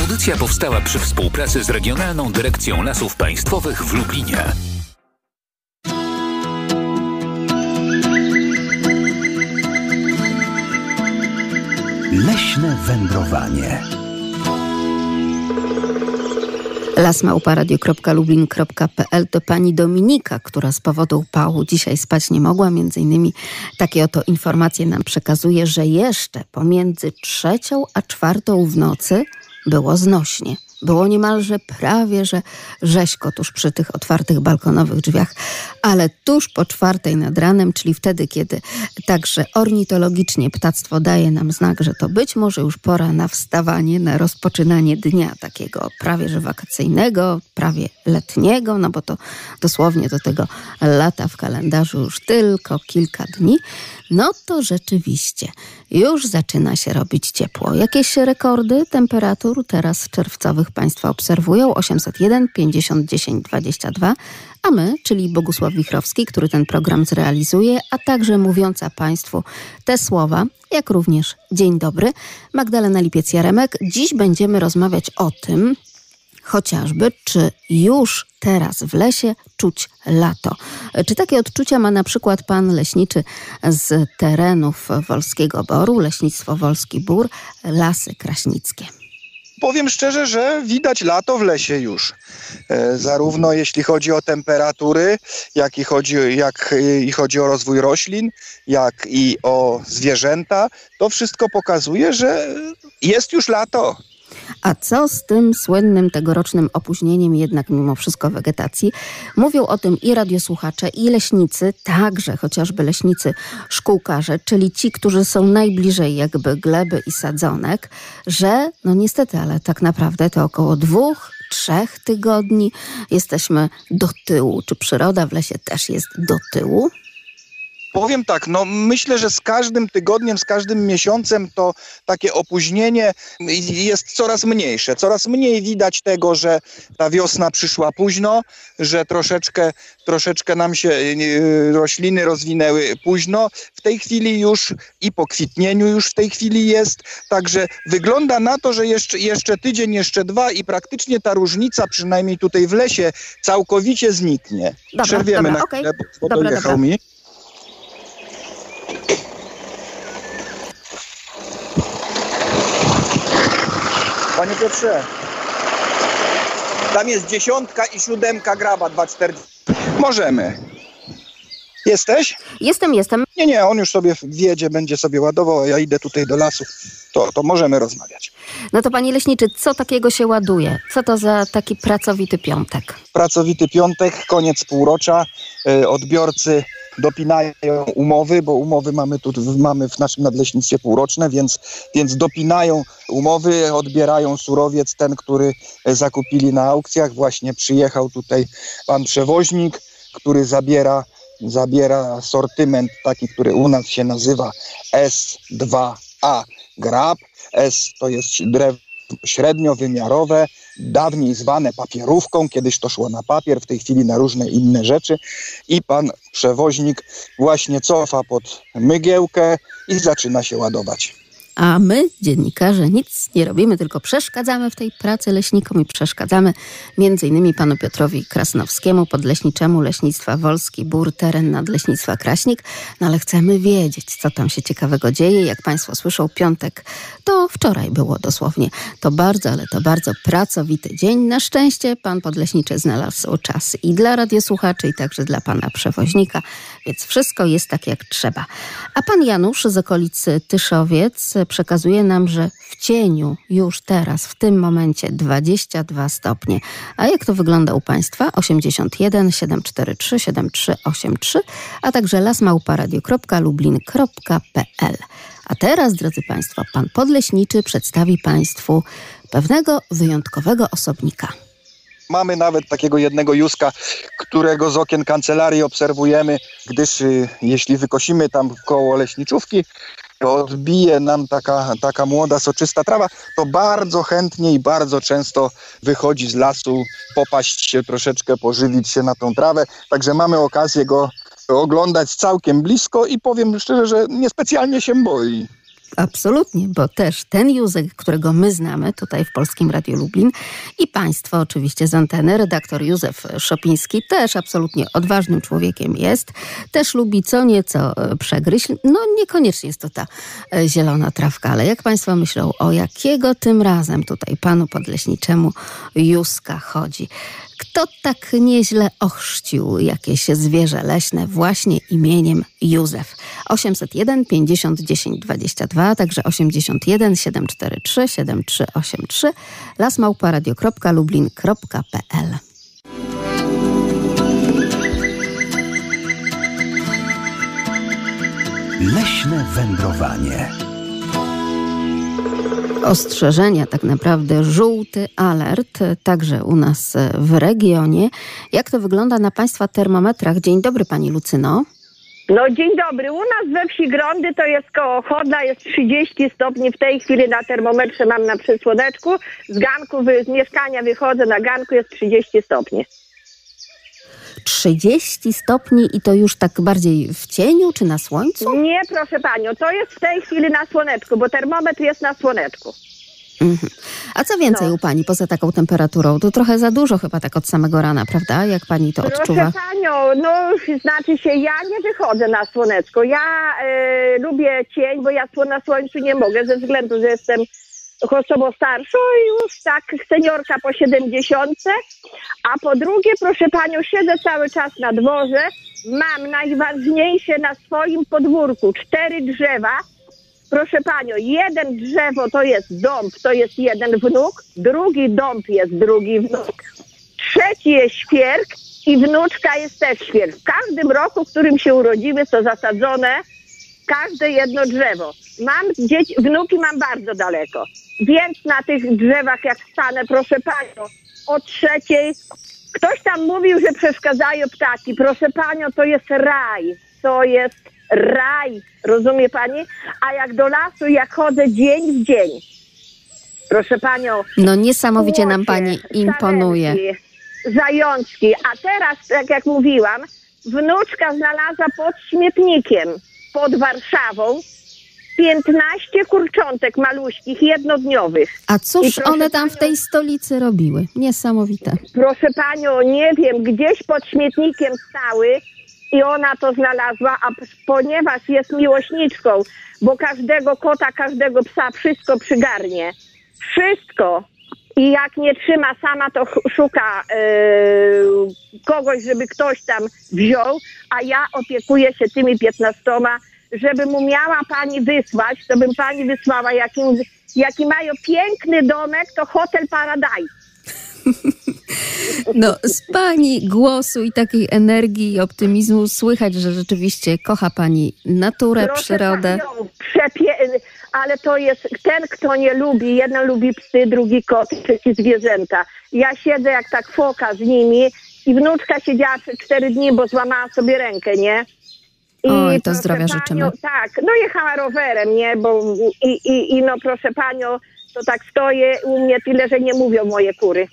Audycja powstała przy współpracy z Regionalną Dyrekcją Lasów Państwowych w Lublinie. Leśne wędrowanie. lasmałparadio.lublin.pl to pani Dominika, która z powodu upału dzisiaj spać nie mogła. Między innymi takie oto informacje nam przekazuje, że jeszcze pomiędzy 3 a 4 w nocy było znośnie. Było niemalże prawie, że rzeźko tuż przy tych otwartych balkonowych drzwiach, ale tuż po 4 nad ranem, czyli wtedy, kiedy także ornitologicznie ptactwo daje nam znak, że to być może już pora na wstawanie, na rozpoczynanie dnia takiego prawie że wakacyjnego, prawie letniego, no bo to dosłownie do tego lata w kalendarzu już tylko kilka dni, no to rzeczywiście już zaczyna się robić ciepło. Jakieś rekordy temperatur teraz czerwcowych Państwa obserwują? 801 50 10 22, a my, czyli Bogusław Wichrowski, który ten program zrealizuje, a także mówiąca Państwu te słowa, jak również dzień dobry, Magdalena Lipiec-Jaremek. Dziś będziemy rozmawiać o tym, chociażby, czy już teraz w lesie czuć lato. Czy takie odczucia ma na przykład pan leśniczy z terenów Wolskiego Boru, Leśnictwo Wolski Bór, Lasy Kraśnickie? Powiem szczerze, że widać lato w lesie już. Zarówno jeśli chodzi o temperatury, jak i chodzi o rozwój roślin, jak i o zwierzęta. To wszystko pokazuje, że jest już lato. A co z tym słynnym tegorocznym opóźnieniem jednak mimo wszystko wegetacji? Mówią o tym i radiosłuchacze, i leśnicy, także chociażby leśnicy szkółkarze, czyli ci, którzy są najbliżej jakby gleby i sadzonek, że no niestety, ale tak naprawdę to około 2-3 tygodni jesteśmy do tyłu. Czy przyroda w lesie też jest do tyłu? Powiem tak, no myślę, że z każdym tygodniem, z każdym miesiącem to takie opóźnienie jest coraz mniejsze. Coraz mniej widać tego, że ta wiosna przyszła późno, że troszeczkę nam się rośliny rozwinęły późno. W tej chwili już i po kwitnieniu już w tej chwili jest. Także wygląda na to, że jeszcze tydzień, jeszcze 2 i praktycznie ta różnica, przynajmniej tutaj w lesie, całkowicie zniknie. Przerwiemy na chwilę, bo dojechał mi. Panie Piotrze, tam jest 10 i 7 graba 2,40. Możemy. Jesteś? Jestem. Nie, on już sobie wjedzie, będzie sobie ładował, a ja idę tutaj do lasu. To możemy rozmawiać. No to panie leśniczy, co takiego się ładuje? Co to za taki pracowity piątek? Pracowity piątek, koniec półrocza. Odbiorcy dopinają umowy, bo umowy mamy w naszym nadleśnictwie półroczne, więc dopinają umowy, odbierają surowiec, ten, który zakupili na aukcjach. Właśnie przyjechał tutaj pan przewoźnik, który zabiera asortyment taki, który u nas się nazywa S2A grab. S to jest drewno średniowymiarowe, dawniej zwane papierówką, kiedyś to szło na papier, w tej chwili na różne inne rzeczy i pan przewoźnik właśnie cofa pod mygiełkę i zaczyna się ładować. A my, dziennikarze, nic nie robimy, tylko przeszkadzamy w tej pracy leśnikom i przeszkadzamy m.in. panu Piotrowi Krasnowskiemu, podleśniczemu Leśnictwa Wolski Bór, teren Nadleśnictwa Kraśnik. No ale chcemy wiedzieć, co tam się ciekawego dzieje. Jak państwo słyszą, piątek to wczoraj było dosłownie. To bardzo, ale to bardzo pracowity dzień. Na szczęście pan podleśniczy znalazł czas i dla radiosłuchaczy, i także dla pana przewoźnika, więc wszystko jest tak jak trzeba. A pan Janusz z okolicy Tyszowiec przekazuje nam, że w cieniu już teraz, w tym momencie 22 stopnie. A jak to wygląda u państwa? 81 743 7383, a także lasmałparadio.lublin.pl. A teraz, drodzy państwo, pan podleśniczy przedstawi państwu pewnego wyjątkowego osobnika. Mamy nawet takiego jednego Józka, którego z okien kancelarii obserwujemy, gdyż jeśli wykosimy tam koło leśniczówki, to odbije nam taka młoda, soczysta trawa, to bardzo chętnie i bardzo często wychodzi z lasu, popaść się troszeczkę, pożywić się na tą trawę. Także mamy okazję go oglądać całkiem blisko i powiem szczerze, że niespecjalnie się boi. Absolutnie, bo też ten Józek, którego my znamy tutaj w Polskim Radiu Lublin i państwo oczywiście z anteny, redaktor Józef Szopiński, też absolutnie odważnym człowiekiem jest, też lubi co nieco przegryźć. No niekoniecznie jest to ta zielona trawka, ale jak państwo myślą, o jakiego tym razem tutaj panu podleśniczemu Józka chodzi? Kto tak nieźle ochrzcił jakieś zwierzę leśne właśnie imieniem Józef? 801 50 10 22, także 81 743 7383, lasmałparadio.lublin.pl. Leśne wędrowanie. Ostrzeżenia, tak naprawdę żółty alert, także u nas w regionie. Jak to wygląda na państwa termometrach? Dzień dobry pani Lucyno. No dzień dobry. U nas we wsi Grądy to jest koło Chodla, jest 30 stopni. W tej chwili na termometrze mam na przysłoneczku. Z mieszkania wychodzę, na ganku jest 30 stopni. 30 stopni i to już tak bardziej w cieniu czy na słońcu? Nie, proszę panią, to jest w tej chwili na słoneczku, bo termometr jest na słoneczku. Mhm. A co więcej u pani poza taką temperaturą? To trochę za dużo chyba tak od samego rana, prawda? Jak pani to odczuwa? Proszę panią, no znaczy się, ja nie wychodzę na słoneczko. Ja lubię cień, bo ja na słońcu nie mogę ze względu, że jestem osobą starszą i już tak seniorka po 70. A po drugie, proszę panią, siedzę cały czas na dworze. Mam najważniejsze na swoim podwórku 4 drzewa. Proszę panią, jeden drzewo to jest dąb, to jest jeden wnuk, drugi dąb jest drugi wnuk, trzeci jest świerk i wnuczka jest też świerk. W każdym roku, w którym się urodzimy, to zasadzone każde jedno drzewo. Wnuki mam bardzo daleko, więc na tych drzewach jak stanę, proszę panią, o 3:00, ktoś tam mówił, że przeszkadzają ptaki. Proszę panią, to jest raj, to jest raj, rozumie pani? A jak do lasu, jak chodzę dzień w dzień, proszę panią... No niesamowicie nam pani imponuje. Sarenki, zajączki, a teraz, tak jak mówiłam, wnuczka znalazła pod śmietnikiem, pod Warszawą, 15 kurczątek maluśkich, jednodniowych. A cóż one tam w tej stolicy robiły? Niesamowite. Proszę panią, nie wiem, gdzieś pod śmietnikiem stały i ona to znalazła, a ponieważ jest miłośniczką, bo każdego kota, każdego psa wszystko przygarnie. Wszystko. I jak nie trzyma sama, to szuka kogoś, żeby ktoś tam wziął, a ja opiekuję się tymi 15, żeby mu miała pani wysłać, to bym pani wysłała, jaki mają piękny domek, to Hotel Paradise. No, z pani głosu i takiej energii i optymizmu słychać, że rzeczywiście kocha pani naturę, Proszę przyrodę. Panią, ale to jest ten, kto nie lubi. Jeden lubi psy, drugi kot, trzeci zwierzęta. Ja siedzę jak tak foka z nimi i wnuczka siedziała przez 4 dni, bo złamała sobie rękę, nie? Oj, to zdrowia życzymy. Tak, no jechała rowerem, nie? I no proszę panią, to tak stoję u mnie tyle, że nie mówią moje kury.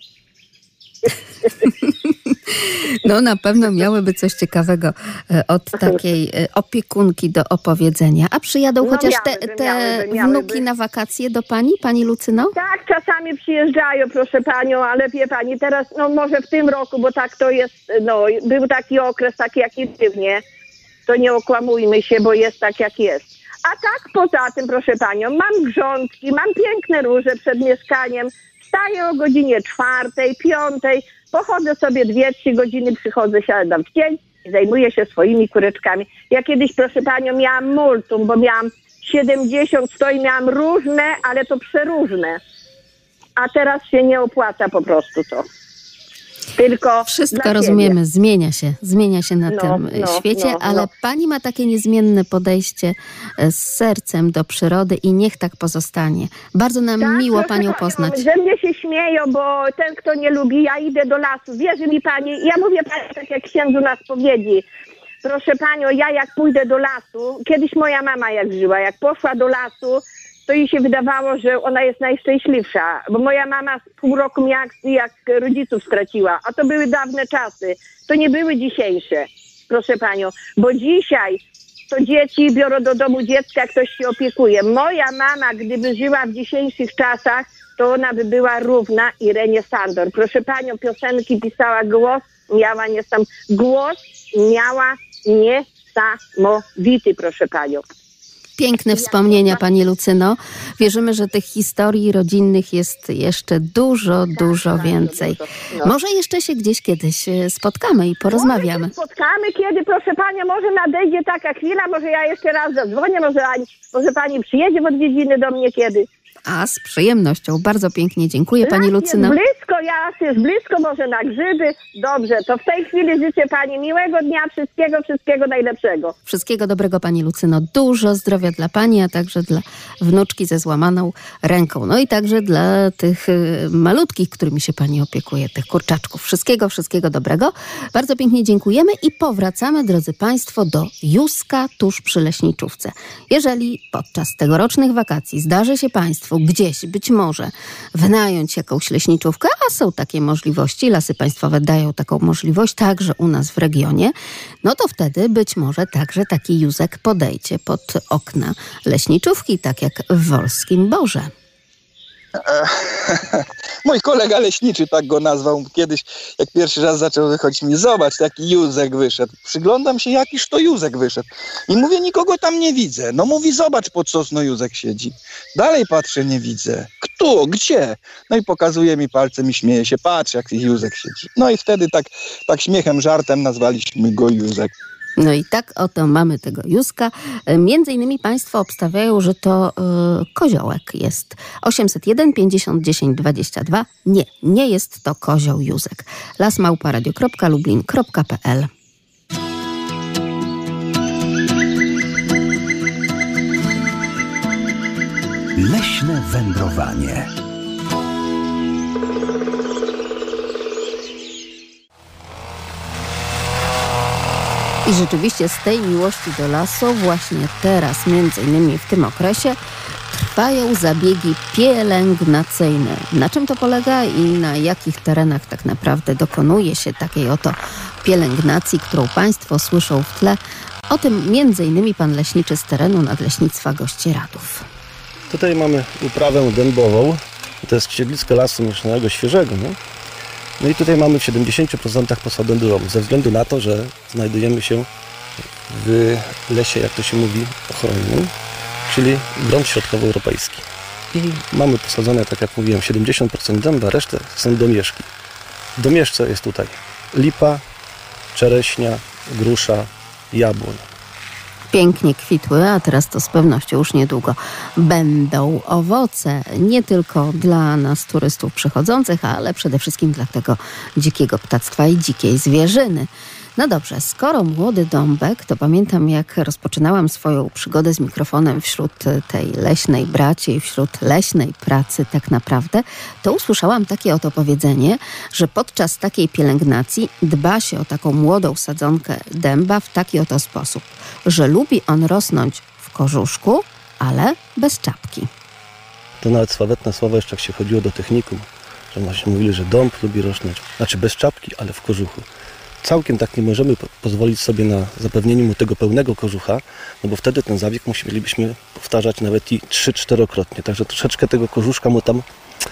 No na pewno miałyby coś ciekawego od takiej opiekunki do opowiedzenia. A przyjadą chociaż te wnuki na wakacje do pani Lucyno? Tak, czasami przyjeżdżają, proszę panią, ale wie pani, teraz, no może w tym roku, bo tak to jest, no był taki okres, taki jaki był, nie? To nie okłamujmy się, bo jest tak jak jest. A tak poza tym, proszę panią, mam grządki, mam piękne róże przed mieszkaniem, wstaję o godzinie 4:00, 5:00, pochodzę sobie 2-3 godziny, przychodzę, siadam w cień i zajmuję się swoimi kureczkami. Ja kiedyś, proszę panią, miałam multum, bo miałam 70-100 i miałam różne, ale to przeróżne. A teraz się nie opłaca po prostu to. Tylko wszystko rozumiemy, zmienia się na tym świecie, ale pani ma takie niezmienne podejście z sercem do przyrody i niech tak pozostanie. Bardzo nam miło panią poznać. Że mnie się śmieją, bo ten, kto nie lubi, ja idę do lasu. Wierzy mi pani, ja mówię pani tak jak księdzu na spowiedzi. Proszę panią, ja jak pójdę do lasu, kiedyś moja mama jak żyła, jak poszła do lasu, to jej się wydawało, że ona jest najszczęśliwsza, bo moja mama pół roku jak rodziców straciła, a to były dawne czasy, to nie były dzisiejsze, proszę panią, bo dzisiaj to dzieci biorą do domu dziecka, ktoś się opiekuje. Moja mama, gdyby żyła w dzisiejszych czasach, to ona by była równa Irenie Sandor. Proszę panią, piosenki pisała, głos miała niesamowity, proszę panią. Piękne wspomnienia, pani Lucyno. Wierzymy, że tych historii rodzinnych jest jeszcze dużo więcej. No. Może jeszcze się gdzieś kiedyś spotkamy i porozmawiamy. Może się spotkamy kiedy, proszę panią, może nadejdzie taka chwila, może ja jeszcze raz zadzwonię, może pani przyjedzie w odwiedziny do mnie kiedy. A z przyjemnością. Bardzo pięknie dziękuję, pani Lucyno. Jest blisko, może na grzyby. Dobrze, to w tej chwili życzę pani miłego dnia, wszystkiego najlepszego. Wszystkiego dobrego, pani Lucyno. Dużo zdrowia dla pani, a także dla wnuczki ze złamaną ręką. No i także dla tych malutkich, którymi się pani opiekuje, tych kurczaczków. Wszystkiego dobrego. Bardzo pięknie dziękujemy i powracamy, drodzy państwo, do Józka tuż przy Leśniczówce. Jeżeli podczas tegorocznych wakacji zdarzy się państwu gdzieś być może wynająć jakąś leśniczówkę, a są takie możliwości, Lasy Państwowe dają taką możliwość także u nas w regionie, no to wtedy być może także taki Józek podejdzie pod okna leśniczówki, tak jak w Wolskim Borze. Mój kolega leśniczy tak go nazwał kiedyś, jak pierwszy raz zaczął wychodzić, mi zobacz, taki Józek wyszedł. Przyglądam się, jakiż to Józek wyszedł. I mówię, nikogo tam nie widzę. No mówi, zobacz, pod sosną Józek siedzi. Dalej patrzę, nie widzę. Kto? Gdzie? No i pokazuje mi palcem i śmieje się, patrz, jak Józek siedzi. No i wtedy tak śmiechem, żartem nazwaliśmy go Józek. No i tak oto mamy tego Józka. Między innymi państwo obstawiają, że to koziołek jest. 801 50 10 22. Nie jest to kozioł Józek. lasmałparadio.lublin.pl. Leśne wędrowanie. I rzeczywiście z tej miłości do lasu właśnie teraz, między innymi w tym okresie, trwają zabiegi pielęgnacyjne. Na czym to polega i na jakich terenach tak naprawdę dokonuje się takiej oto pielęgnacji, którą państwo słyszą w tle? O tym między innymi pan leśniczy z terenu Nadleśnictwa Gościeradów. Tutaj mamy uprawę dębową. To jest siedlisko Lasu Mierzchnego Świeżego. Nie? No i tutaj mamy w 70% posadę dębową, ze względu na to, że znajdujemy się w lesie, jak to się mówi, ochronnym, czyli grunt środkowoeuropejski. I mamy posadzone, tak jak mówiłem, 70% dęba, resztę są domieszki. W domieszce jest tutaj lipa, czereśnia, grusza, jabłoń. Pięknie kwitły, a teraz to z pewnością już niedługo będą owoce. Nie tylko dla nas turystów przychodzących, ale przede wszystkim dla tego dzikiego ptactwa i dzikiej zwierzyny. No dobrze, skoro młody dąbek, to pamiętam jak rozpoczynałam swoją przygodę z mikrofonem wśród tej leśnej braci, wśród leśnej pracy tak naprawdę, to usłyszałam takie oto powiedzenie, że podczas takiej pielęgnacji dba się o taką młodą sadzonkę dęba w taki oto sposób, że lubi on rosnąć w korzuszku, ale bez czapki. To nawet sławetne słowa jeszcze jak się chodziło do technikum, że właśnie mówili, że dąb lubi rosnąć, znaczy bez czapki, ale w kożuchu. Całkiem tak nie możemy pozwolić sobie na zapewnienie mu tego pełnego kożucha, no bo wtedy ten zabieg musielibyśmy powtarzać nawet i 3-4-krotnie. Także troszeczkę tego kożuszka mu tam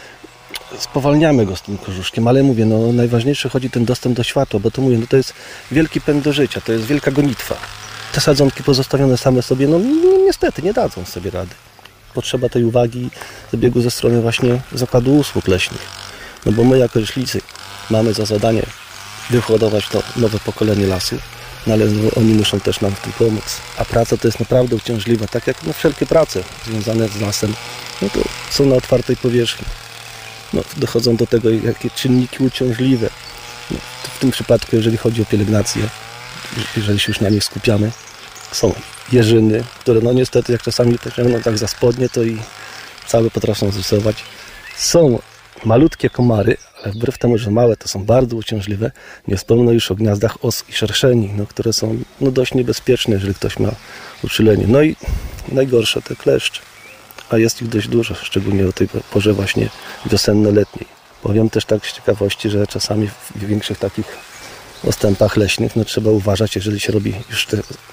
spowalniamy go z tym kożuszkiem, ale mówię, no najważniejsze chodzi ten dostęp do światła, bo to mówię, no to jest wielki pęd do życia, to jest wielka gonitwa. Te sadzonki pozostawione same sobie, no niestety nie dadzą sobie rady. Potrzeba tej uwagi zabiegu ze strony właśnie Zakładu Usług Leśnych. No bo my jako leśnicy mamy za zadanie wyhodować to nowe pokolenie lasu, no ale oni muszą też nam w tym pomóc. A praca to jest naprawdę uciążliwa, tak jak no, wszelkie prace związane z lasem, no to są na otwartej powierzchni. No, dochodzą do tego jakie czynniki uciążliwe. No, w tym przypadku, jeżeli chodzi o pielęgnację, jeżeli się już na nich skupiamy, są jeżyny, które no niestety jak czasami pociągną tak za spodnie, to i całe potrafią zrysować. Są malutkie komary, ale wbrew temu, że małe, to są bardzo uciążliwe. Nie wspomnę już o gniazdach os i szerszeni, no, które są no, dość niebezpieczne, jeżeli ktoś ma uczulenie. No i najgorsze te kleszcze, a jest ich dość dużo, szczególnie o tej porze właśnie wiosenno-letniej. Powiem też tak z ciekawości, że czasami w większych takich ostępach leśnych no, trzeba uważać, jeżeli się robi już te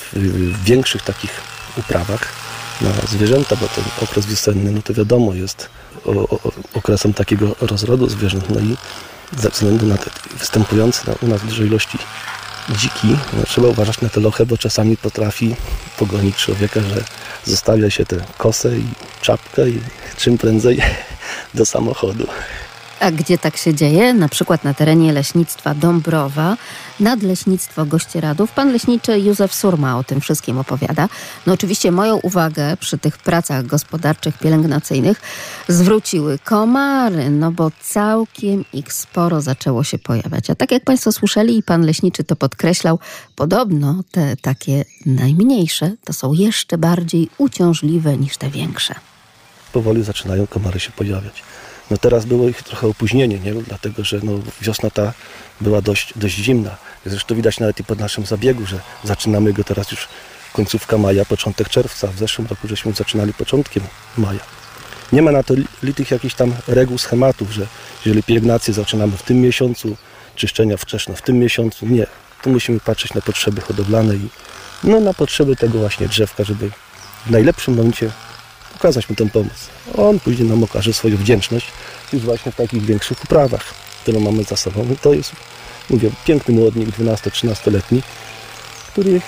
w większych takich uprawach na zwierzęta, bo ten okres wiosenny, no to wiadomo, jest okresem takiego rozrodu zwierząt, no i ze względu na te występujące u nas w dużej ilości dziki, no trzeba uważać na te lochy, bo czasami potrafi pogonić człowieka, że zostawia się tę kosę i czapkę i czym prędzej do samochodu. A gdzie tak się dzieje? Na przykład na terenie leśnictwa Dąbrowa, Nadleśnictwo Gościeradów. Pan leśniczy Józef Surma o tym wszystkim opowiada. No oczywiście moją uwagę przy tych pracach gospodarczych, pielęgnacyjnych zwróciły komary, no bo całkiem ich sporo zaczęło się pojawiać. A tak jak Państwo słyszeli i pan leśniczy to podkreślał, podobno te takie najmniejsze to są jeszcze bardziej uciążliwe niż te większe. Powoli zaczynają komary się pojawiać. No teraz było ich trochę opóźnienie, nie? Dlatego że wiosna ta była dość zimna. Zresztą widać nawet i po naszym zabiegu, że zaczynamy go teraz już końcówka maja, początek czerwca. W zeszłym roku żeśmy zaczynali początkiem maja. Nie ma na to litych jakichś tam reguł, schematów, że jeżeli pielęgnację zaczynamy w tym miesiącu, czyszczenia wczesne w tym miesiącu. Nie. Tu musimy patrzeć na potrzeby hodowlane i na potrzeby tego właśnie drzewka, żeby w najlepszym momencie okazać mu tę pomoc. On później nam okaże swoją wdzięczność już właśnie w takich większych uprawach, które mamy za sobą. I to jest, mówię, piękny młodnik, 12-13-letni, który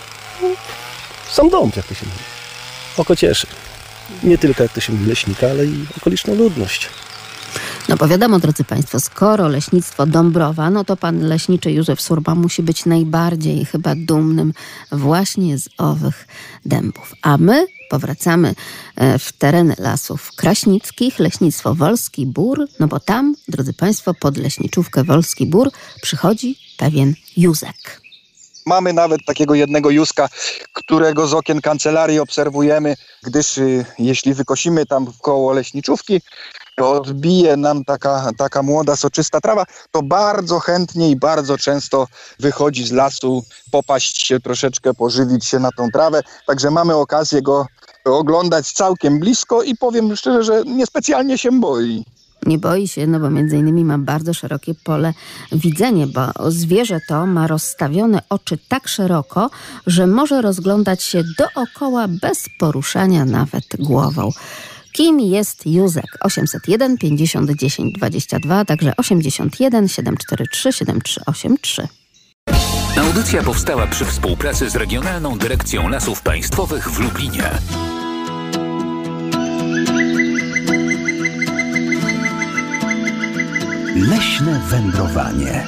sam dom, jak to się mówi. Oko cieszy. Nie tylko, jak to się mówi, leśnika, ale i okoliczną ludność. No bo wiadomo, drodzy Państwo, skoro leśnictwo Dąbrowa, no to pan leśniczy Józef Surma musi być najbardziej chyba dumnym właśnie z owych dębów. A my powracamy w tereny lasów kraśnickich, leśnictwo Wolski Bór, no bo tam, drodzy Państwo, pod leśniczówkę Wolski Bór przychodzi pewien Józek. Mamy nawet takiego jednego Józka, którego z okien kancelarii obserwujemy, gdyż jeśli wykosimy tam koło leśniczówki, to odbije nam taka młoda, soczysta trawa, to bardzo chętnie i bardzo często wychodzi z lasu, popaść się troszeczkę, pożywić się na tą trawę. Także mamy okazję go oglądać całkiem blisko i powiem szczerze, że niespecjalnie się boi. Nie boi się, no bo między innymi ma bardzo szerokie pole widzenia, bo zwierzę to ma rozstawione oczy tak szeroko, że może rozglądać się dookoła bez poruszania nawet głową. Kim jest Józek? 801 50 10 22, także 81 743 7383. Audycja powstała przy współpracy z Regionalną Dyrekcją Lasów Państwowych w Lublinie. Leśne wędrowanie.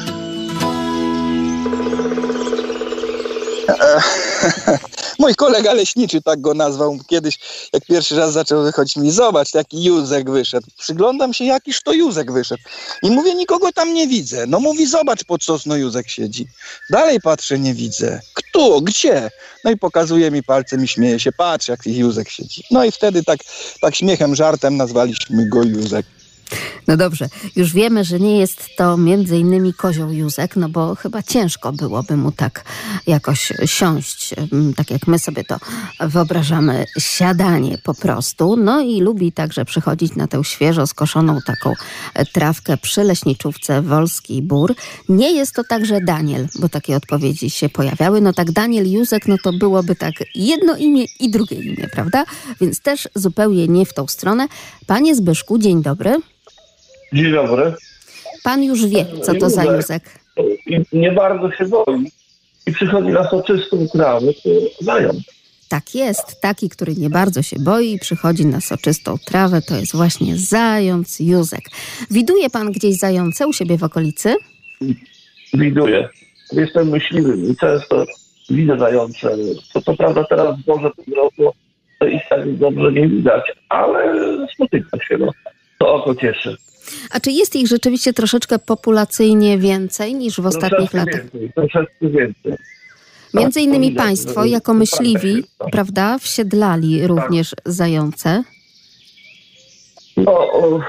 Mój kolega leśniczy tak go nazwał kiedyś, jak pierwszy raz zaczął wychodzić, mi zobacz, taki Józek wyszedł. Przyglądam się, jakiż to Józek wyszedł. I mówię, nikogo tam nie widzę. No mówi, zobacz, pod sosną Józek siedzi. Dalej patrzę, nie widzę. Kto? Gdzie? No i pokazuje mi palcem i śmieje się, patrz, jak Józek siedzi. No i wtedy tak śmiechem, żartem nazwaliśmy go Józek. No dobrze, już wiemy, że nie jest to między innymi kozioł Józek, no bo chyba ciężko byłoby mu tak jakoś siąść, tak jak my sobie to wyobrażamy, siadanie po prostu. No i lubi także przychodzić na tę świeżo skoszoną taką trawkę przy leśniczówce Wolski Bór. Nie jest to także Daniel, bo takie odpowiedzi się pojawiały. No tak Daniel Józek, no to byłoby tak jedno imię i drugie imię, prawda? Więc też zupełnie nie w tą stronę. Panie Zbyszku, dzień dobry. Dzień dobry. Pan już wie, co to za Józek. Nie bardzo się boi i przychodzi na soczystą trawę, to zając. Tak jest, taki, który nie bardzo się boi i przychodzi na soczystą trawę, to jest właśnie zając Józek. Widuje pan gdzieś zające u siebie w okolicy? Widuję. Jestem myśliwym i często widzę zające. Co prawda teraz w porze tego roku to ich tak dobrze nie widać, ale spotykam się, no. To oko cieszy. A czy jest ich rzeczywiście troszeczkę populacyjnie więcej niż w ostatnich latach? Troszeczkę więcej. Między innymi państwo, jako myśliwi, prawda, wsiedlali również zające. No,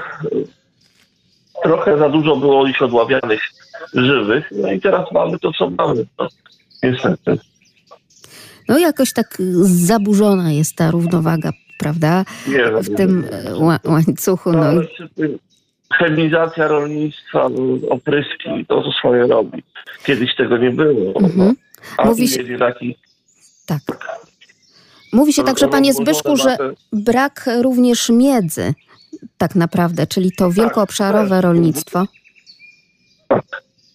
trochę za dużo było ich odławianych żywych, no i teraz mamy to, co mamy. No, niestety. No jakoś tak zaburzona jest ta równowaga, prawda, w tym łańcuchu. No. Chemizacja rolnictwa, opryski, to swoje robi. Kiedyś tego nie było. Mhm. A Mówi się... mieli taki Tak. Mówi się także, panie Zbyszku, że brak również miedzy tak naprawdę, czyli to wielkoobszarowe rolnictwo. Tak.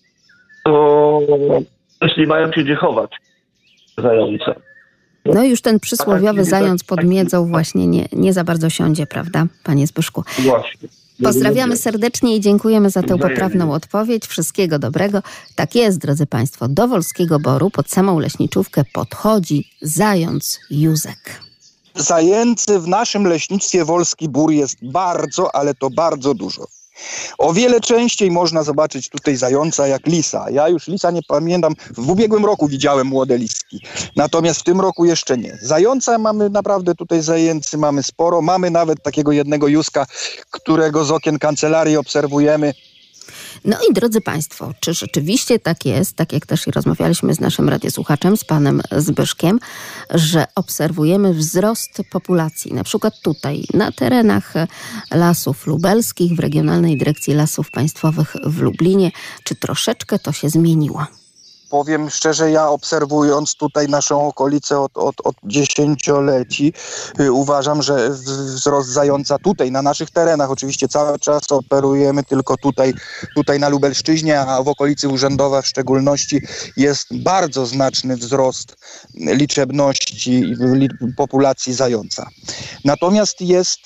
To też nie mają się gdzie chować zające. No już ten przysłowiowy zając pod miedzą właśnie nie za bardzo siądzie, prawda, panie Zbyszku? Właśnie. Pozdrawiamy serdecznie i dziękujemy za tę poprawną odpowiedź. Wszystkiego dobrego. Tak jest, drodzy państwo, do Wolskiego Boru pod samą leśniczówkę podchodzi zając Józek. Zajęcy w naszym leśnictwie Wolski Bór jest bardzo, ale to bardzo dużo. O wiele częściej można zobaczyć tutaj zająca jak lisa. Ja już lisa nie pamiętam. W ubiegłym roku widziałem młode liski. Natomiast w tym roku jeszcze nie. Zająca mamy naprawdę tutaj zajęcy, mamy sporo. Mamy nawet takiego jednego Józka, którego z okien kancelarii obserwujemy. No i drodzy państwo, czy rzeczywiście tak jest, tak jak też i rozmawialiśmy z naszym radiosłuchaczem, z panem Zbyszkiem, że obserwujemy wzrost populacji, na przykład tutaj na terenach Lasów Lubelskich w Regionalnej Dyrekcji Lasów Państwowych w Lublinie, czy troszeczkę to się zmieniło? Powiem szczerze, ja obserwując tutaj naszą okolicę od dziesięcioleci, uważam, że wzrost zająca tutaj, na naszych terenach, oczywiście cały czas operujemy tylko tutaj na Lubelszczyźnie, a w okolicy Urzędowa w szczególności jest bardzo znaczny wzrost liczebności populacji zająca. Natomiast jest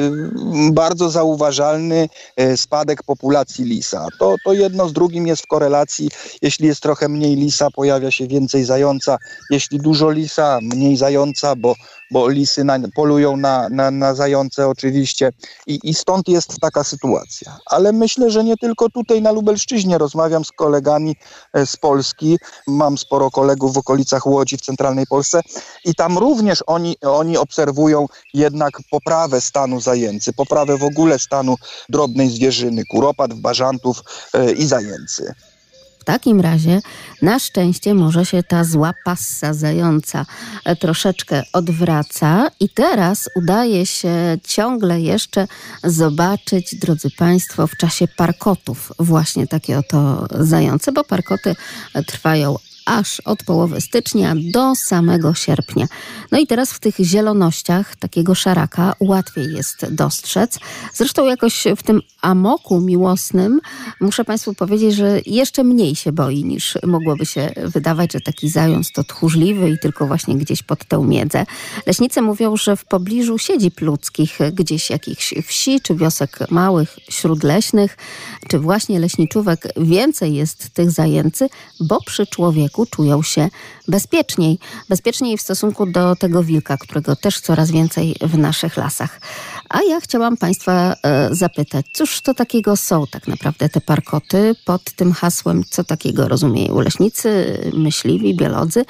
bardzo zauważalny spadek populacji lisa. To jedno z drugim jest w korelacji. Jeśli jest trochę mniej lisa, pojawia się więcej zająca. Jeśli dużo lisa, mniej zająca, bo lisy polują na zające oczywiście. I stąd jest taka sytuacja. Ale myślę, że nie tylko tutaj na Lubelszczyźnie. Rozmawiam z kolegami z Polski. Mam sporo kolegów w okolicach Łodzi, w centralnej Polsce. I tam również oni obserwują jednak poprawę stanu zajęcy, poprawę w ogóle stanu drobnej zwierzyny, kuropatw, bażantów i zajęcy. W takim razie na szczęście może się ta zła passa zająca troszeczkę odwraca i teraz udaje się ciągle jeszcze zobaczyć, drodzy państwo, w czasie parkotów właśnie takie oto zające, bo parkoty trwają aż od połowy stycznia do samego sierpnia. No i teraz w tych zielonościach takiego szaraka łatwiej jest dostrzec. Zresztą jakoś w tym amoku miłosnym muszę państwu powiedzieć, że jeszcze mniej się boi niż mogłoby się wydawać, że taki zając to tchórzliwy i tylko właśnie gdzieś pod tę miedzę. Leśnicy mówią, że w pobliżu siedzib ludzkich, gdzieś jakichś wsi czy wiosek małych, śródleśnych, czy właśnie leśniczówek więcej jest tych zajęcy, bo przy człowieku czują się bezpieczniej. Bezpieczniej w stosunku do tego wilka, którego też coraz więcej w naszych lasach. A ja chciałam państwa zapytać, cóż to takiego są tak naprawdę te parkoty pod tym hasłem, co takiego rozumieją leśnicy, myśliwi, biolodzy?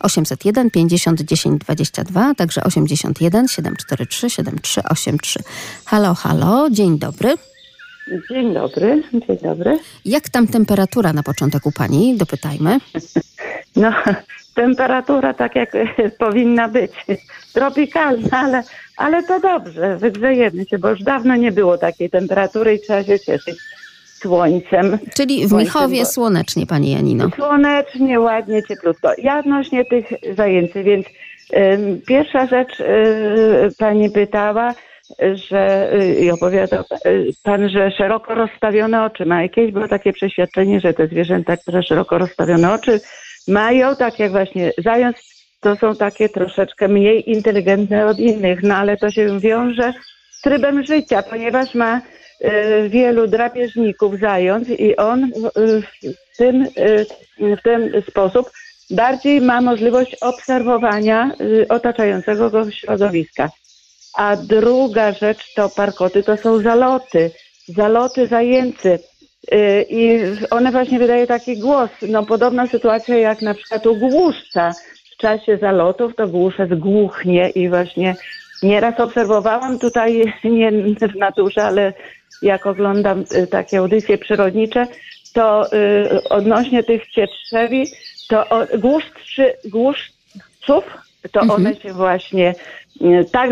801 50 10 22, a także 81 743 7383. Halo, halo, dzień dobry. Dzień dobry, dzień dobry. Jak tam temperatura na początek u pani? Dopytajmy. No, temperatura tak jak powinna być. Tropikalna, ale to dobrze, wygrzejemy się, bo już dawno nie było takiej temperatury i trzeba się cieszyć słońcem. Czyli w Michowie słonecznie, pani Janino. Słonecznie, ładnie, cieplutko. Ja odnośnie tych zajęcy, więc pierwsza rzecz pani pytała, że i opowiadał pan, że szeroko rozstawione oczy ma. Jakieś było takie przeświadczenie, że te zwierzęta, które szeroko rozstawione oczy mają, tak jak właśnie zając, to są takie troszeczkę mniej inteligentne od innych, no ale to się wiąże z trybem życia, ponieważ ma wielu drapieżników zając i on w ten sposób bardziej ma możliwość obserwowania otaczającego go środowiska. A druga rzecz to parkoty, to są zaloty zajęcy i one właśnie wydają taki głos. No podobna sytuacja jak na przykład u głuszca. W czasie zalotów to głuszec głuchnie i właśnie nieraz obserwowałam tutaj, nie w naturze, ale jak oglądam takie audycje przyrodnicze, to odnośnie tych cietrzewi, to głuszców, to one się właśnie tak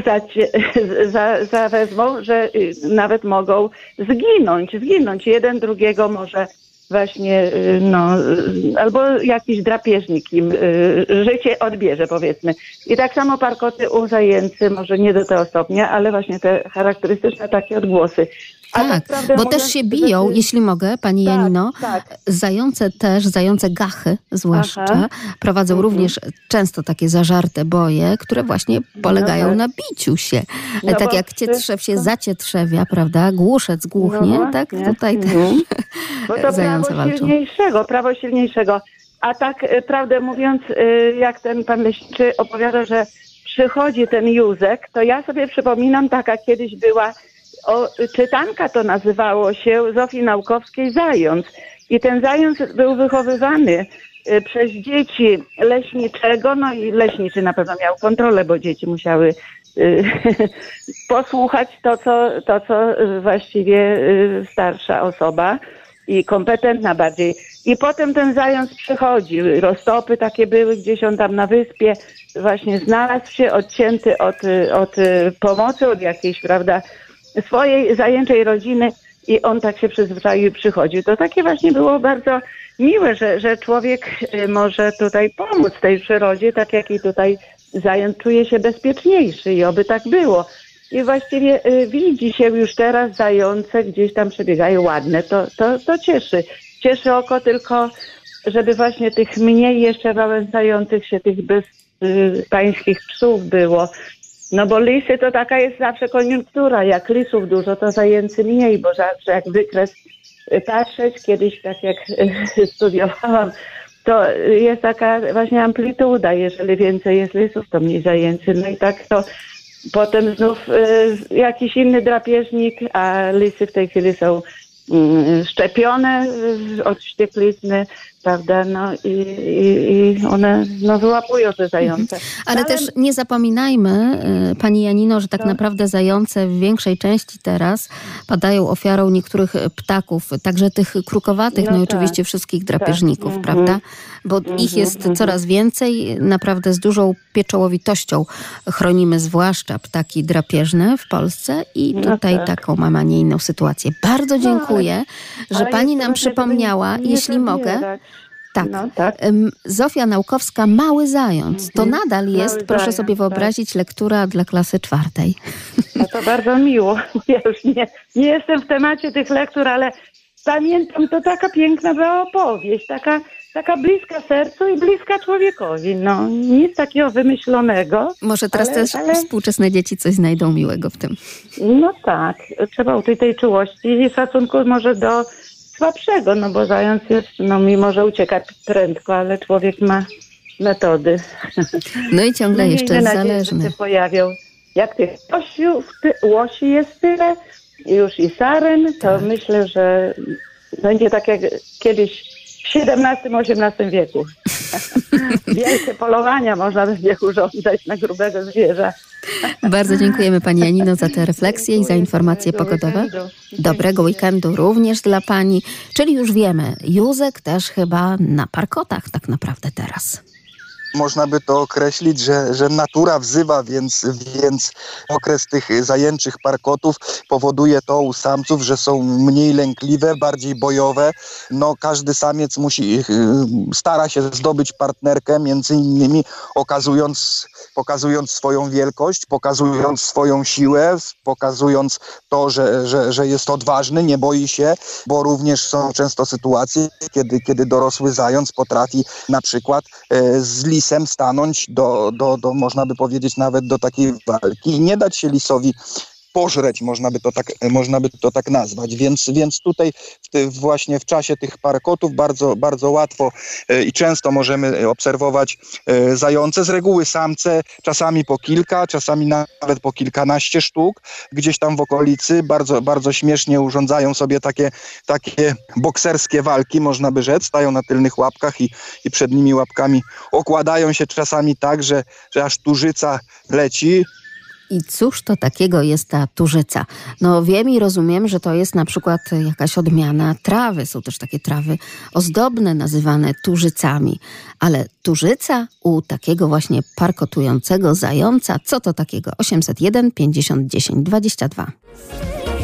zawezmą, że nawet mogą zginąć. Jeden drugiego może właśnie, albo jakiś drapieżnik im życie odbierze, powiedzmy. I tak samo parkoty u zajęcy, może nie do tego stopnia, ale właśnie te charakterystyczne takie odgłosy. Tak, bo też się biją, jeśli mogę, pani Janino. Tak. Zające gachy zwłaszcza, prowadzą również często takie zażarte boje, które właśnie polegają na biciu się. Tak jak cietrzew się zacietrzewia, prawda? Głuszec głuchnie, tak tutaj też bo to zające walczą. Prawo silniejszego. A tak prawdę mówiąc, jak ten pan leśniczy opowiada, że przychodzi ten Józek, to ja sobie przypominam, taka kiedyś była czytanka, to nazywało się, Zofii Naukowskiej Zając. I ten zając był wychowywany przez dzieci leśniczego, no i leśniczy na pewno miał kontrolę, bo dzieci musiały posłuchać to, co właściwie starsza osoba i kompetentna bardziej. I potem ten zając przychodzi, roztopy takie były gdzieś on tam na wyspie, właśnie znalazł się odcięty od pomocy, od jakiejś, prawda, swojej zajęczej rodziny i on tak się przyzwyczaił i przychodził. To takie właśnie było bardzo miłe, że człowiek może tutaj pomóc tej przyrodzie, tak jak i tutaj zając czuje się bezpieczniejszy i oby tak było. I właściwie widzi się już teraz zające gdzieś tam przebiegają ładne. To cieszy. Cieszy oko, tylko żeby właśnie tych mniej jeszcze wałęsających się, tych bezpańskich psów było. No bo lisy to taka jest zawsze koniunktura. Jak lisów dużo, to zajęcy mniej, bo zawsze jak wykres patrzeć, kiedyś tak jak studiowałam, to jest taka właśnie amplituda. Jeżeli więcej jest lisów, to mniej zajęcy. No i tak to potem znów jakiś inny drapieżnik, a lisy w tej chwili są szczepione od wścieklizny, prawda, no i one wyłapują te zające. Ale też nie zapominajmy, pani Janino, że tak naprawdę zające w większej części teraz padają ofiarą niektórych ptaków, także tych krukowatych, no i oczywiście wszystkich drapieżników, prawda? Bo ich jest coraz więcej, naprawdę z dużą pieczołowitością chronimy zwłaszcza ptaki drapieżne w Polsce i tutaj taką mamy, a nie inną sytuację. Bardzo dziękuję, że pani nam przypomniała, jeśli mogę. Tak. No, tak. Zofia Naukowska, Mały Zając. To nadal jest, Mały proszę Zając, sobie wyobrazić, lektura dla klasy 4. No to bardzo miło. Ja już nie jestem w temacie tych lektur, ale pamiętam, to taka piękna była opowieść, taka bliska sercu i bliska człowiekowi. No, nic takiego wymyślonego. Może teraz też współczesne dzieci coś znajdą miłego w tym. No tak. Trzeba uczyć tej czułości i szacunku może do słabszego, no bo zając jest, mimo że ucieka prędko, ale człowiek ma metody. No i ciągle jeszcze zależny. Się pojawią. Jak tych łosi jest tyle, już i saren, to myślę, że będzie tak jak kiedyś w XVII-XVIII wieku. Wielkie polowania można będzie urządzać na grubego zwierza. Bardzo dziękujemy pani Janino za te refleksje i za informacje pogodowe. Dobrego weekendu również dla pani. Czyli już wiemy, Józek też chyba na parkotach tak naprawdę teraz. Można by to określić, że natura wzywa, więc okres tych zajęczych parkotów powoduje to u samców, że są mniej lękliwe, bardziej bojowe. No, każdy samiec stara się zdobyć partnerkę, między innymi pokazując swoją wielkość, pokazując swoją siłę, pokazując to, że jest odważny, nie boi się, bo również są często sytuacje, kiedy dorosły zając potrafi na przykład z lisem stanąć do można by powiedzieć nawet do takiej walki i nie dać się lisowi pożreć, można by to tak nazwać. Więc tutaj właśnie w czasie tych parkotów bardzo, bardzo łatwo i często możemy obserwować zające. Z reguły samce, czasami po kilka, czasami nawet po kilkanaście sztuk. Gdzieś tam w okolicy bardzo, bardzo śmiesznie urządzają sobie takie bokserskie walki, można by rzec. Stają na tylnych łapkach i przednimi łapkami okładają się czasami tak, że aż tużyca leci. I cóż to takiego jest ta tużyca? No wiem i rozumiem, że to jest na przykład jakaś odmiana trawy. Są też takie trawy ozdobne, nazywane tużycami. Ale tużyca u takiego właśnie parkotującego zająca, co to takiego? 801 50 10 22.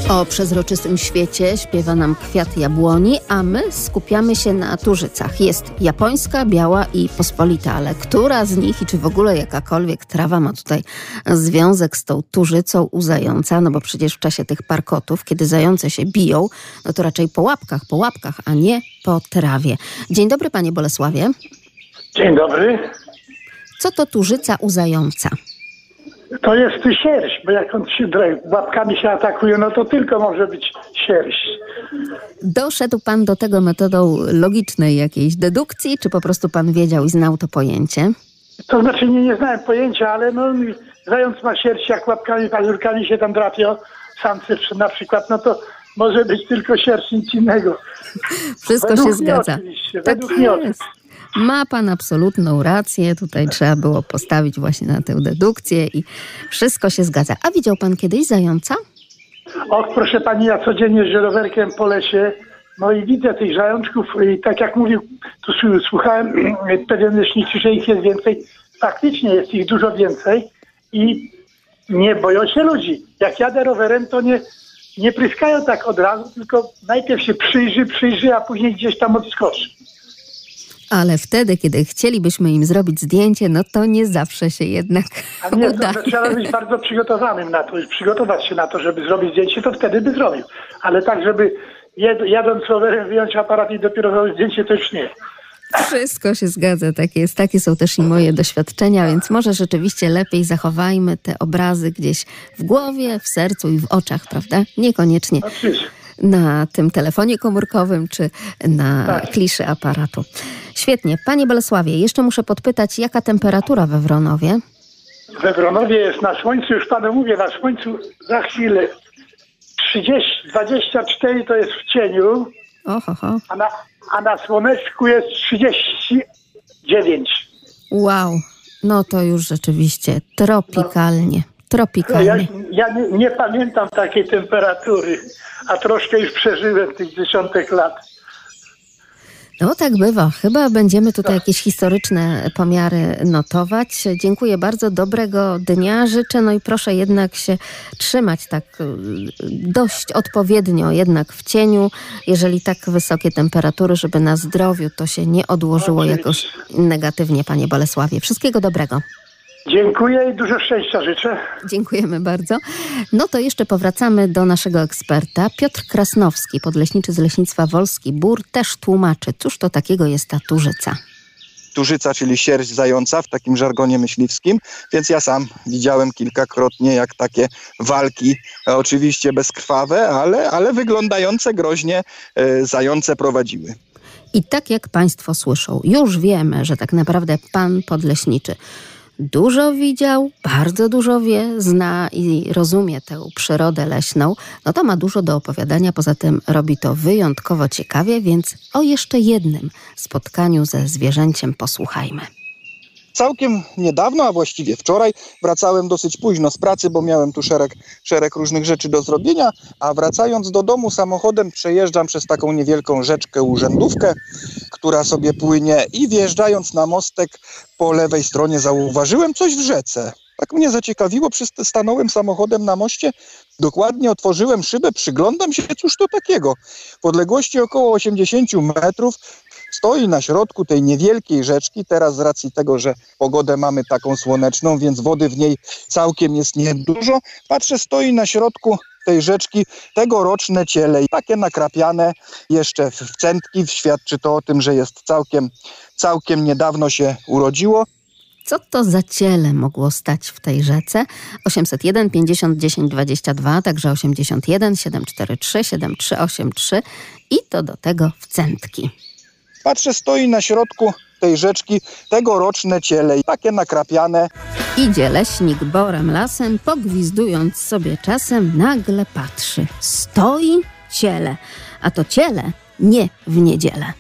O przezroczystym świecie śpiewa nam kwiat jabłoni, a my skupiamy się na tużycach. Jest japońska, biała i pospolita, ale która z nich i czy w ogóle jakakolwiek trawa ma tutaj związek z tą tużycą u zająca? No bo przecież w czasie tych parkotów, kiedy zające się biją, no to raczej po łapkach, a nie po trawie. Dzień dobry, panie Bolesławie. Dzień dobry. Co to tużyca u zająca? To jest sierść, bo jak on łapkami się atakuje, no to tylko może być sierść. Doszedł pan do tego metodą logicznej jakiejś dedukcji, czy po prostu pan wiedział i znał to pojęcie? To znaczy nie znałem pojęcia, ale no zając ma sierść, jak łapkami, pazurkami się tam drapie, samce na przykład, no to może być tylko sierść, nic innego. Wszystko się zgadza. Oczywiście, tak jest. Ma pan absolutną rację. Tutaj trzeba było postawić właśnie na tę dedukcję i wszystko się zgadza. A widział pan kiedyś zająca? Och, proszę pani, ja codziennie jeżdżę rowerkiem po lesie, no i widzę tych zajączków i tak jak mówił, tu słuchałem pewien leśnik, że ich jest więcej. Faktycznie jest ich dużo więcej i nie boją się ludzi. Jak jadę rowerem, to nie pryskają tak od razu, tylko najpierw się przyjrzy, a później gdzieś tam odskoczy. Ale wtedy, kiedy chcielibyśmy im zrobić zdjęcie, no to nie zawsze się jednak uda. To trzeba być bardzo przygotowanym na to, przygotować się na to, żeby zrobić zdjęcie, to wtedy by zrobił. Ale tak, żeby jadąc rowerem wyjąć aparat i dopiero zrobić zdjęcie, to już nie. Wszystko się zgadza, tak jest. Takie są też i moje doświadczenia, więc może rzeczywiście lepiej zachowajmy te obrazy gdzieś w głowie, w sercu i w oczach, prawda? Niekoniecznie na tym telefonie komórkowym czy na kliszy aparatu. Świetnie. Panie Bolesławie, jeszcze muszę podpytać, jaka temperatura we Wronowie? We Wronowie jest na słońcu, już panu mówię, na słońcu za chwilę 24 to jest w cieniu, a na słoneczku jest 39. Wow, no to już rzeczywiście tropikalnie. Ja nie pamiętam takiej temperatury, a troszkę już przeżyłem tych dziesiątek lat. No tak bywa. Chyba będziemy tutaj jakieś historyczne pomiary notować. Dziękuję bardzo. Dobrego dnia życzę. No i proszę jednak się trzymać tak dość odpowiednio jednak w cieniu. Jeżeli tak wysokie temperatury, żeby na zdrowiu to się nie odłożyło jakoś negatywnie, panie Bolesławie. Wszystkiego dobrego. Dziękuję i dużo szczęścia życzę. Dziękujemy bardzo. No to jeszcze powracamy do naszego eksperta. Piotr Krasnowski, podleśniczy z Leśnictwa Wolski Bór, też tłumaczy, cóż to takiego jest ta tużyca. Tużyca, czyli sierść zająca w takim żargonie myśliwskim, więc ja sam widziałem kilkakrotnie, jak takie walki, oczywiście bezkrwawe, ale wyglądające groźnie zające prowadziły. I tak jak państwo słyszą, już wiemy, że tak naprawdę pan podleśniczy dużo widział, bardzo dużo wie, zna i rozumie tę przyrodę leśną, no to ma dużo do opowiadania, poza tym robi to wyjątkowo ciekawie, więc o jeszcze jednym spotkaniu ze zwierzęciem posłuchajmy. Całkiem niedawno, a właściwie wczoraj, wracałem dosyć późno z pracy, bo miałem tu szereg różnych rzeczy do zrobienia, a wracając do domu samochodem przejeżdżam przez taką niewielką rzeczkę, urzędówkę, która sobie płynie i wjeżdżając na mostek po lewej stronie zauważyłem coś w rzece. Tak mnie zaciekawiło, stanąłem samochodem na moście, dokładnie otworzyłem szybę, przyglądam się, cóż to takiego. W odległości około 80 metrów stoi na środku tej niewielkiej rzeczki, teraz z racji tego, że pogodę mamy taką słoneczną, więc wody w niej całkiem jest niedużo. Patrzę, stoi na środku tej rzeczki tegoroczne ciele, takie nakrapiane jeszcze w cętki, świadczy to o tym, że jest całkiem niedawno się urodziło. Co to za ciele mogło stać w tej rzece? 801 50 10 22, także 81 743 7383 i to do tego w cętki. Patrzę, stoi na środku tej rzeczki tegoroczne ciele, takie nakrapiane. Idzie leśnik borem lasem, pogwizdując sobie czasem, nagle patrzy. Stoi ciele, a to ciele nie w niedzielę.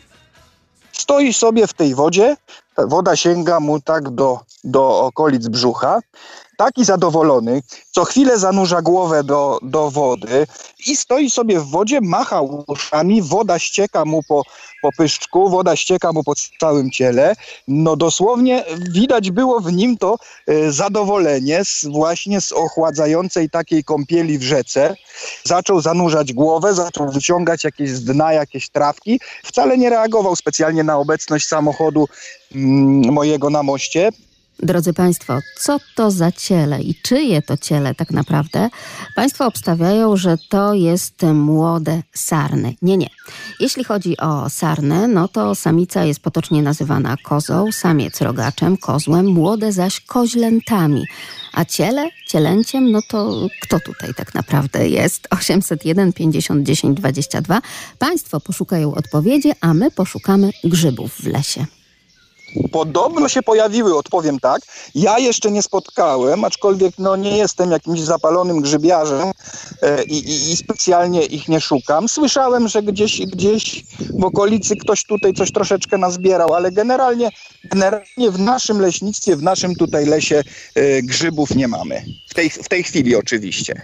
Stoi sobie w tej wodzie, woda sięga mu tak do okolic brzucha taki zadowolony, co chwilę zanurza głowę do wody i stoi sobie w wodzie, macha uszami, woda ścieka mu po pyszczku, woda ścieka mu po całym ciele. No dosłownie widać było w nim to zadowolenie właśnie z ochładzającej takiej kąpieli w rzece. Zaczął zanurzać głowę, zaczął wyciągać jakieś z dna, jakieś trawki. Wcale nie reagował specjalnie na obecność samochodu mojego na moście. Drodzy Państwo, co to za ciele i czyje to ciele tak naprawdę? Państwo obstawiają, że to jest młode sarny. Nie. Jeśli chodzi o sarnę, no to samica jest potocznie nazywana kozą, samiec rogaczem, kozłem, młode zaś koźlętami. A cielęciem, no to kto tutaj tak naprawdę jest? 801 50 10 22. Państwo poszukają odpowiedzi, a my poszukamy grzybów w lesie. Podobno się pojawiły, odpowiem tak. Ja jeszcze nie spotkałem, aczkolwiek nie jestem jakimś zapalonym grzybiarzem i specjalnie ich nie szukam. Słyszałem, że gdzieś w okolicy ktoś tutaj coś troszeczkę nazbierał, ale generalnie w naszym leśnictwie, w naszym tutaj lesie grzybów nie mamy. W tej chwili oczywiście.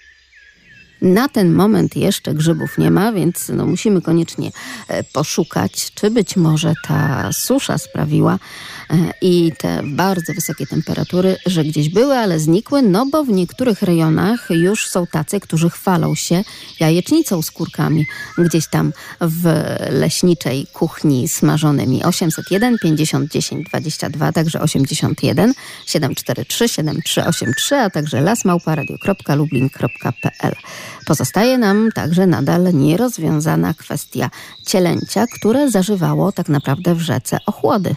Na ten moment jeszcze grzybów nie ma, więc musimy koniecznie poszukać, czy być może ta susza sprawiła i te bardzo wysokie temperatury, że gdzieś były, ale znikły, bo w niektórych rejonach już są tacy, którzy chwalą się jajecznicą z kurkami gdzieś tam w leśniczej kuchni smażonymi. 801 50 10 22, także 81 743 7383, a także lasmałparadio.lublin.pl. Pozostaje nam także nadal nierozwiązana kwestia cielęcia, które zażywało tak naprawdę w rzece ochłody.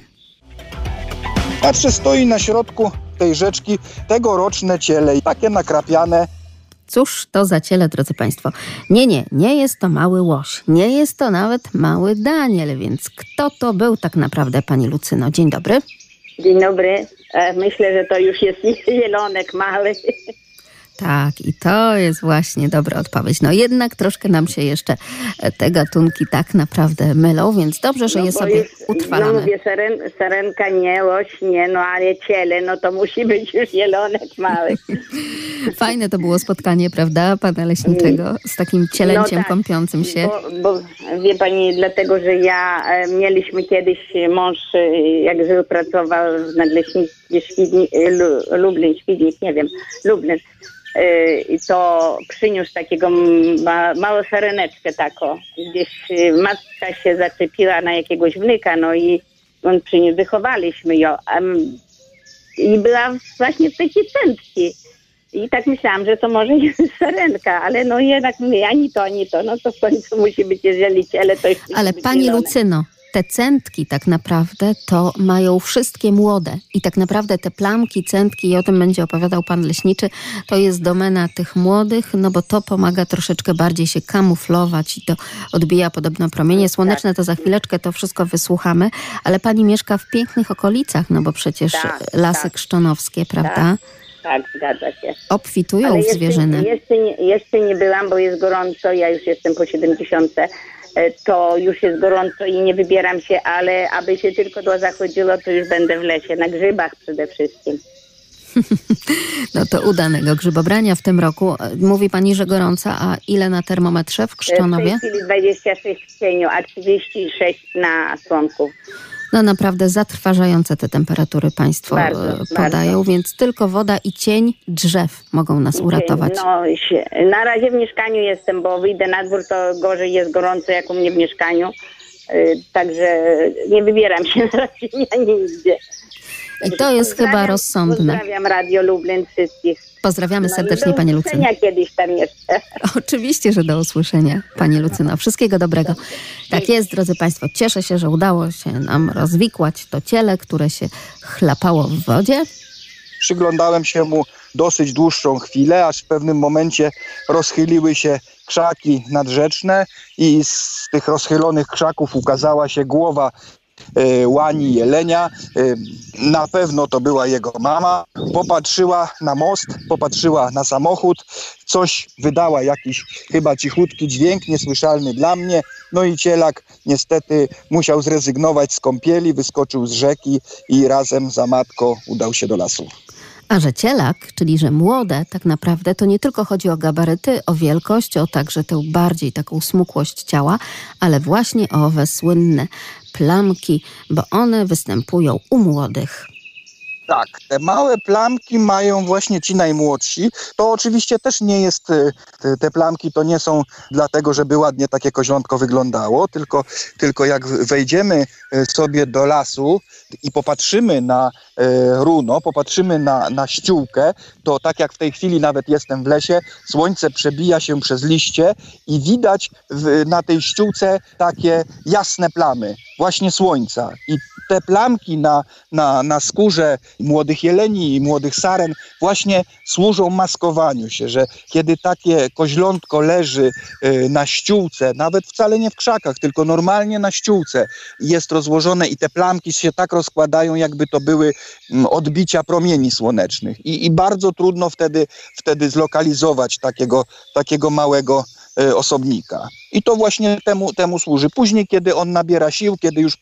Patrzę, stoi na środku tej rzeczki tegoroczne ciele, takie nakrapiane. Cóż to za ciele, drodzy Państwo? Nie jest to mały łoś, nie jest to nawet mały Daniel, więc kto to był tak naprawdę, pani Lucyno? Dzień dobry. Dzień dobry. Myślę, że to już jest jelonek mały. Tak, i to jest właśnie dobra odpowiedź. Jednak troszkę nam się jeszcze te gatunki tak naprawdę mylą, więc dobrze, że je sobie utrwalamy. Mówię, sarenka nie, łoś nie, ale ciele, to musi być już jelonek mały. Fajne to było spotkanie, prawda, pana leśniczego z takim cielęciem kąpiącym się. Bo wie pani, dlatego, że mieliśmy kiedyś, mąż jak żył, pracował w nadleśnictwie Lublin, i to przyniósł takiego małą sareneczkę taką. Gdzieś matka się zaczepiła na jakiegoś wnuka, i on przyniósł, wychowaliśmy ją. I była właśnie w takiej centki. I tak myślałam, że to może jest sarenka, ale jednak mówię, ani to, to w końcu musi być, jeżeli ciele, to już ale pani Lucyno, te centki tak naprawdę to mają wszystkie młode i tak naprawdę te plamki, centki, i o tym będzie opowiadał pan leśniczy, to jest domena tych młodych, bo to pomaga troszeczkę bardziej się kamuflować i to odbija podobno promienie słoneczne, to za chwileczkę to wszystko wysłuchamy, ale pani mieszka w pięknych okolicach, bo przecież lasy krzczonowskie, prawda? Tak, zgadza się. Obfitują w zwierzynę. Jeszcze nie byłam, bo jest gorąco, ja już jestem po 70, to już jest gorąco i nie wybieram się, ale aby się tylko zachodziło, to już będę w lesie, na grzybach przede wszystkim. To udanego grzybobrania w tym roku. Mówi pani, że gorąco, a ile na termometrze w Krzczonowie? W tej chwili 26 w cieniu, a 36 na słonku. Naprawdę zatrważające te temperatury państwo podają, więc tylko woda i cień drzew mogą nas uratować. Na razie w mieszkaniu jestem, bo wyjdę na dwór, to gorzej jest gorąco jak u mnie w mieszkaniu. Także nie wybieram się na razie nigdzie. I to jest chyba rozsądne. Pozdrawiam Radio Lublin wszystkich. Pozdrawiamy serdecznie, pani Lucyno. Do usłyszenia kiedyś tam jeszcze. Oczywiście, że do usłyszenia, pani Lucyno. Wszystkiego dobrego. Tak jest, drodzy państwo. Cieszę się, że udało się nam rozwikłać to ciele, które się chlapało w wodzie. Przyglądałem się mu dosyć dłuższą chwilę, aż w pewnym momencie rozchyliły się krzaki nadrzeczne i z tych rozchylonych krzaków ukazała się głowa łani jelenia. Na pewno to była jego mama. Popatrzyła na most, popatrzyła na samochód, coś wydała, jakiś chyba cichutki dźwięk, niesłyszalny dla mnie. I cielak niestety musiał zrezygnować z kąpieli, wyskoczył z rzeki i razem za matką udał się do lasu. A że cielak, czyli że młode, tak naprawdę to nie tylko chodzi o gabaryty, o wielkość, o także tę bardziej taką smukłość ciała, ale właśnie o owe słynne plamki, bo one występują u młodych. Tak, te małe plamki mają właśnie ci najmłodsi. To oczywiście też nie jest, te plamki to nie są dlatego, żeby ładnie takie koźlątko wyglądało, tylko jak wejdziemy sobie do lasu i popatrzymy na runo, popatrzymy na ściółkę, to tak jak w tej chwili nawet jestem w lesie, słońce przebija się przez liście i widać na tej ściółce takie jasne plamy, właśnie słońca. I te plamki na skórze młodych jeleni i młodych saren właśnie służą maskowaniu się, że kiedy takie koźlątko leży na ściółce, nawet wcale nie w krzakach, tylko normalnie na ściółce jest rozłożone i te plamki się tak rozkładają, jakby to były odbicia promieni słonecznych. I bardzo trudno wtedy zlokalizować takiego małego osobnika. I to właśnie temu służy. Później, kiedy on nabiera sił, kiedy już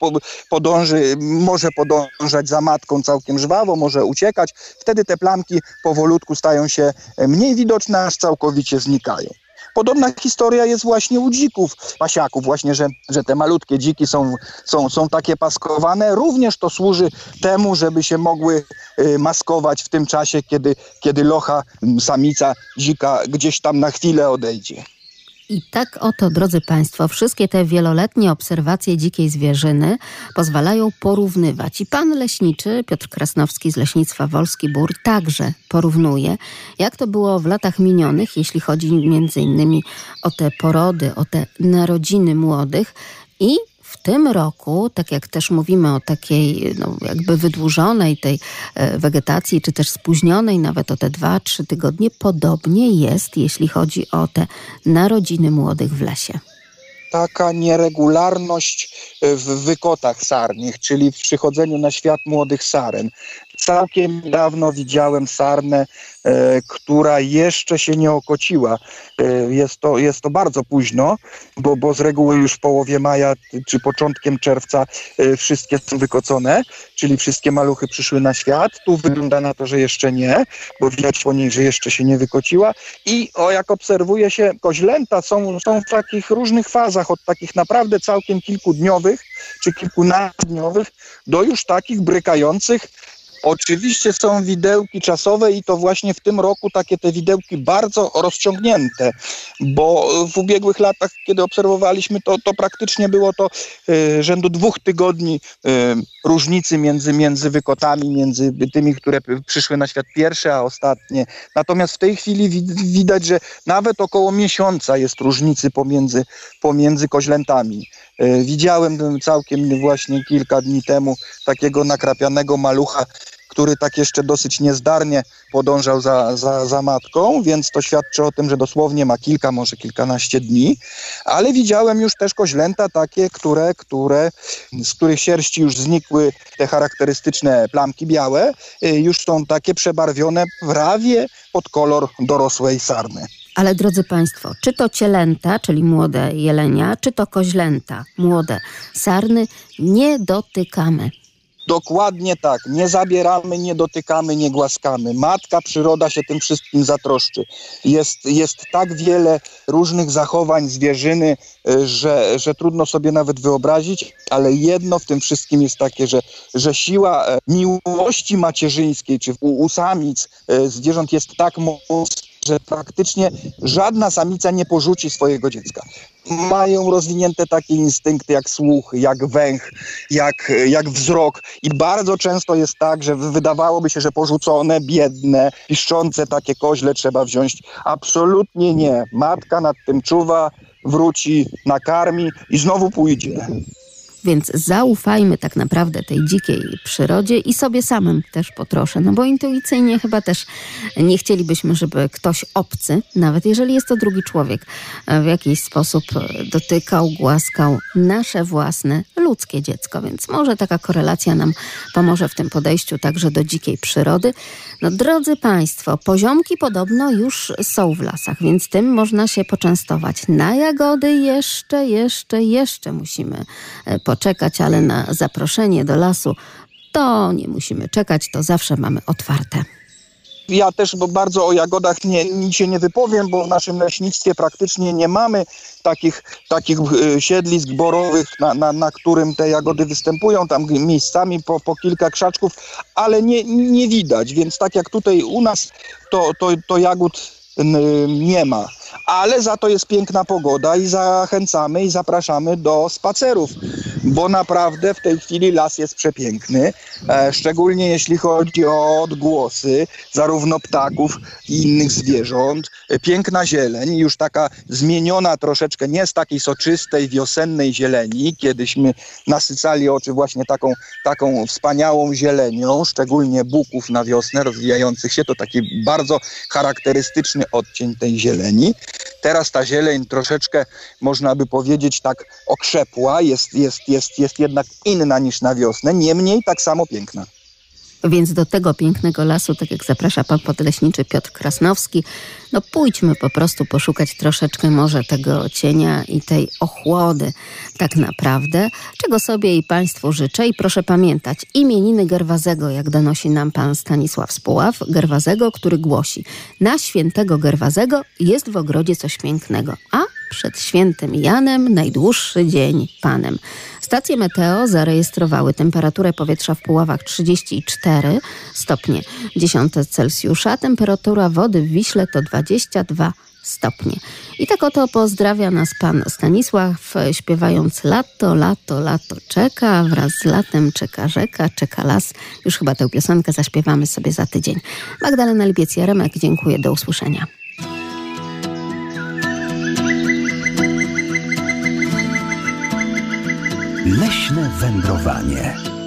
może podążać za matką całkiem żwawo, może uciekać, wtedy te plamki powolutku stają się mniej widoczne, aż całkowicie znikają. Podobna historia jest właśnie u dzików, pasiaków, właśnie, że te malutkie dziki są takie paskowane. Również to służy temu, żeby się mogły maskować w tym czasie, kiedy locha, samica dzika gdzieś tam na chwilę odejdzie. I tak oto, drodzy Państwo, wszystkie te wieloletnie obserwacje dzikiej zwierzyny pozwalają porównywać. I pan leśniczy Piotr Krasnowski z Leśnictwa Wolski Bór także porównuje, jak to było w latach minionych, jeśli chodzi między innymi o te porody, o te narodziny młodych. I w tym roku, tak jak też mówimy o takiej jakby wydłużonej tej wegetacji, czy też spóźnionej nawet o te 2-3 tygodnie, podobnie jest, jeśli chodzi o te narodziny młodych w lesie. Taka nieregularność w wykotach sarnych, czyli w przychodzeniu na świat młodych saren. Całkiem niedawno widziałem sarnę, która jeszcze się nie okociła. Jest to bardzo późno, bo z reguły już w połowie maja czy początkiem czerwca wszystkie są wykocone, czyli wszystkie maluchy przyszły na świat. Tu wygląda na to, że jeszcze nie, bo widać po niej, że jeszcze się nie wykociła. I jak obserwuje się, koźlęta są w takich różnych fazach, od takich naprawdę całkiem kilkudniowych czy kilkunastodniowych do już takich brykających. Oczywiście są widełki czasowe i to właśnie w tym roku takie te widełki bardzo rozciągnięte, bo w ubiegłych latach, kiedy obserwowaliśmy, to praktycznie było to rzędu 2 tygodni różnicy między wykotami, między tymi, które przyszły na świat pierwsze, a ostatnie. Natomiast w tej chwili widać, że nawet około miesiąca jest różnicy pomiędzy koźlętami. Widziałem całkiem właśnie kilka dni temu takiego nakrapianego malucha, który tak jeszcze dosyć niezdarnie podążał za matką, więc to świadczy o tym, że dosłownie ma kilka, może kilkanaście dni, ale widziałem już też koźlęta takie, z których sierści już znikły te charakterystyczne plamki białe, już są takie przebarwione prawie pod kolor dorosłej sarny. Ale drodzy Państwo, czy to cielęta, czyli młode jelenia, czy to koźlęta, młode sarny, nie dotykamy. Dokładnie tak. Nie zabieramy, nie dotykamy, nie głaskamy. Matka przyroda się tym wszystkim zatroszczy. Jest tak wiele różnych zachowań zwierzyny, że trudno sobie nawet wyobrazić, ale jedno w tym wszystkim jest takie, że siła miłości macierzyńskiej, czy u samic zwierząt jest tak mocna, że praktycznie żadna samica nie porzuci swojego dziecka. Mają rozwinięte takie instynkty jak słuch, jak węch, jak wzrok i bardzo często jest tak, że wydawałoby się, że porzucone, biedne, piszczące takie koźle trzeba wziąć. Absolutnie nie. Matka nad tym czuwa, wróci, nakarmi i znowu pójdzie. Więc zaufajmy tak naprawdę tej dzikiej przyrodzie i sobie samym też po trosze, bo intuicyjnie chyba też nie chcielibyśmy, żeby ktoś obcy, nawet jeżeli jest to drugi człowiek, w jakiś sposób dotykał, głaskał nasze własne ludzkie dziecko, więc może taka korelacja nam pomoże w tym podejściu także do dzikiej przyrody. Drodzy Państwo, poziomki podobno już są w lasach, więc tym można się poczęstować. Na jagody jeszcze musimy poczekać, ale na zaproszenie do lasu to nie musimy czekać, to zawsze mamy otwarte. Ja też bardzo o jagodach nic się nie wypowiem, bo w naszym leśnictwie praktycznie nie mamy takich siedlisk borowych, na którym te jagody występują, tam miejscami po kilka krzaczków, ale nie widać, więc tak jak tutaj u nas to jagód nie ma. Ale za to jest piękna pogoda i zachęcamy i zapraszamy do spacerów, bo naprawdę w tej chwili las jest przepiękny, szczególnie jeśli chodzi o odgłosy zarówno ptaków i innych zwierząt. Piękna zieleń, już taka zmieniona troszeczkę, nie z takiej soczystej, wiosennej zieleni. Kiedyśmy nasycali oczy właśnie taką wspaniałą zielenią, szczególnie buków na wiosnę rozwijających się. To taki bardzo charakterystyczny odcień tej zieleni. Teraz ta zieleń troszeczkę, można by powiedzieć, tak okrzepła, jest jednak inna niż na wiosnę, niemniej tak samo piękna. Więc do tego pięknego lasu, tak jak zaprasza pan podleśniczy Piotr Krasnowski, pójdźmy po prostu poszukać troszeczkę może tego cienia i tej ochłody tak naprawdę, czego sobie i państwu życzę. I proszę pamiętać, imieniny Gerwazego, jak donosi nam pan Stanisław z Puław, Gerwazego, który głosi: na świętego Gerwazego jest w ogrodzie coś pięknego, a przed świętym Janem najdłuższy dzień panem. Stacje meteo zarejestrowały temperaturę powietrza w Puławach 34 stopnie 10 Celsjusza, temperatura wody w Wiśle to 22 stopnie. I tak oto pozdrawia nas pan Stanisław, śpiewając: lato, lato, lato czeka, wraz z latem czeka rzeka, czeka las. Już chyba tę piosenkę zaśpiewamy sobie za tydzień. Magdalena Lipiec-Jaremek, dziękuję, do usłyszenia. Leśne wędrowanie.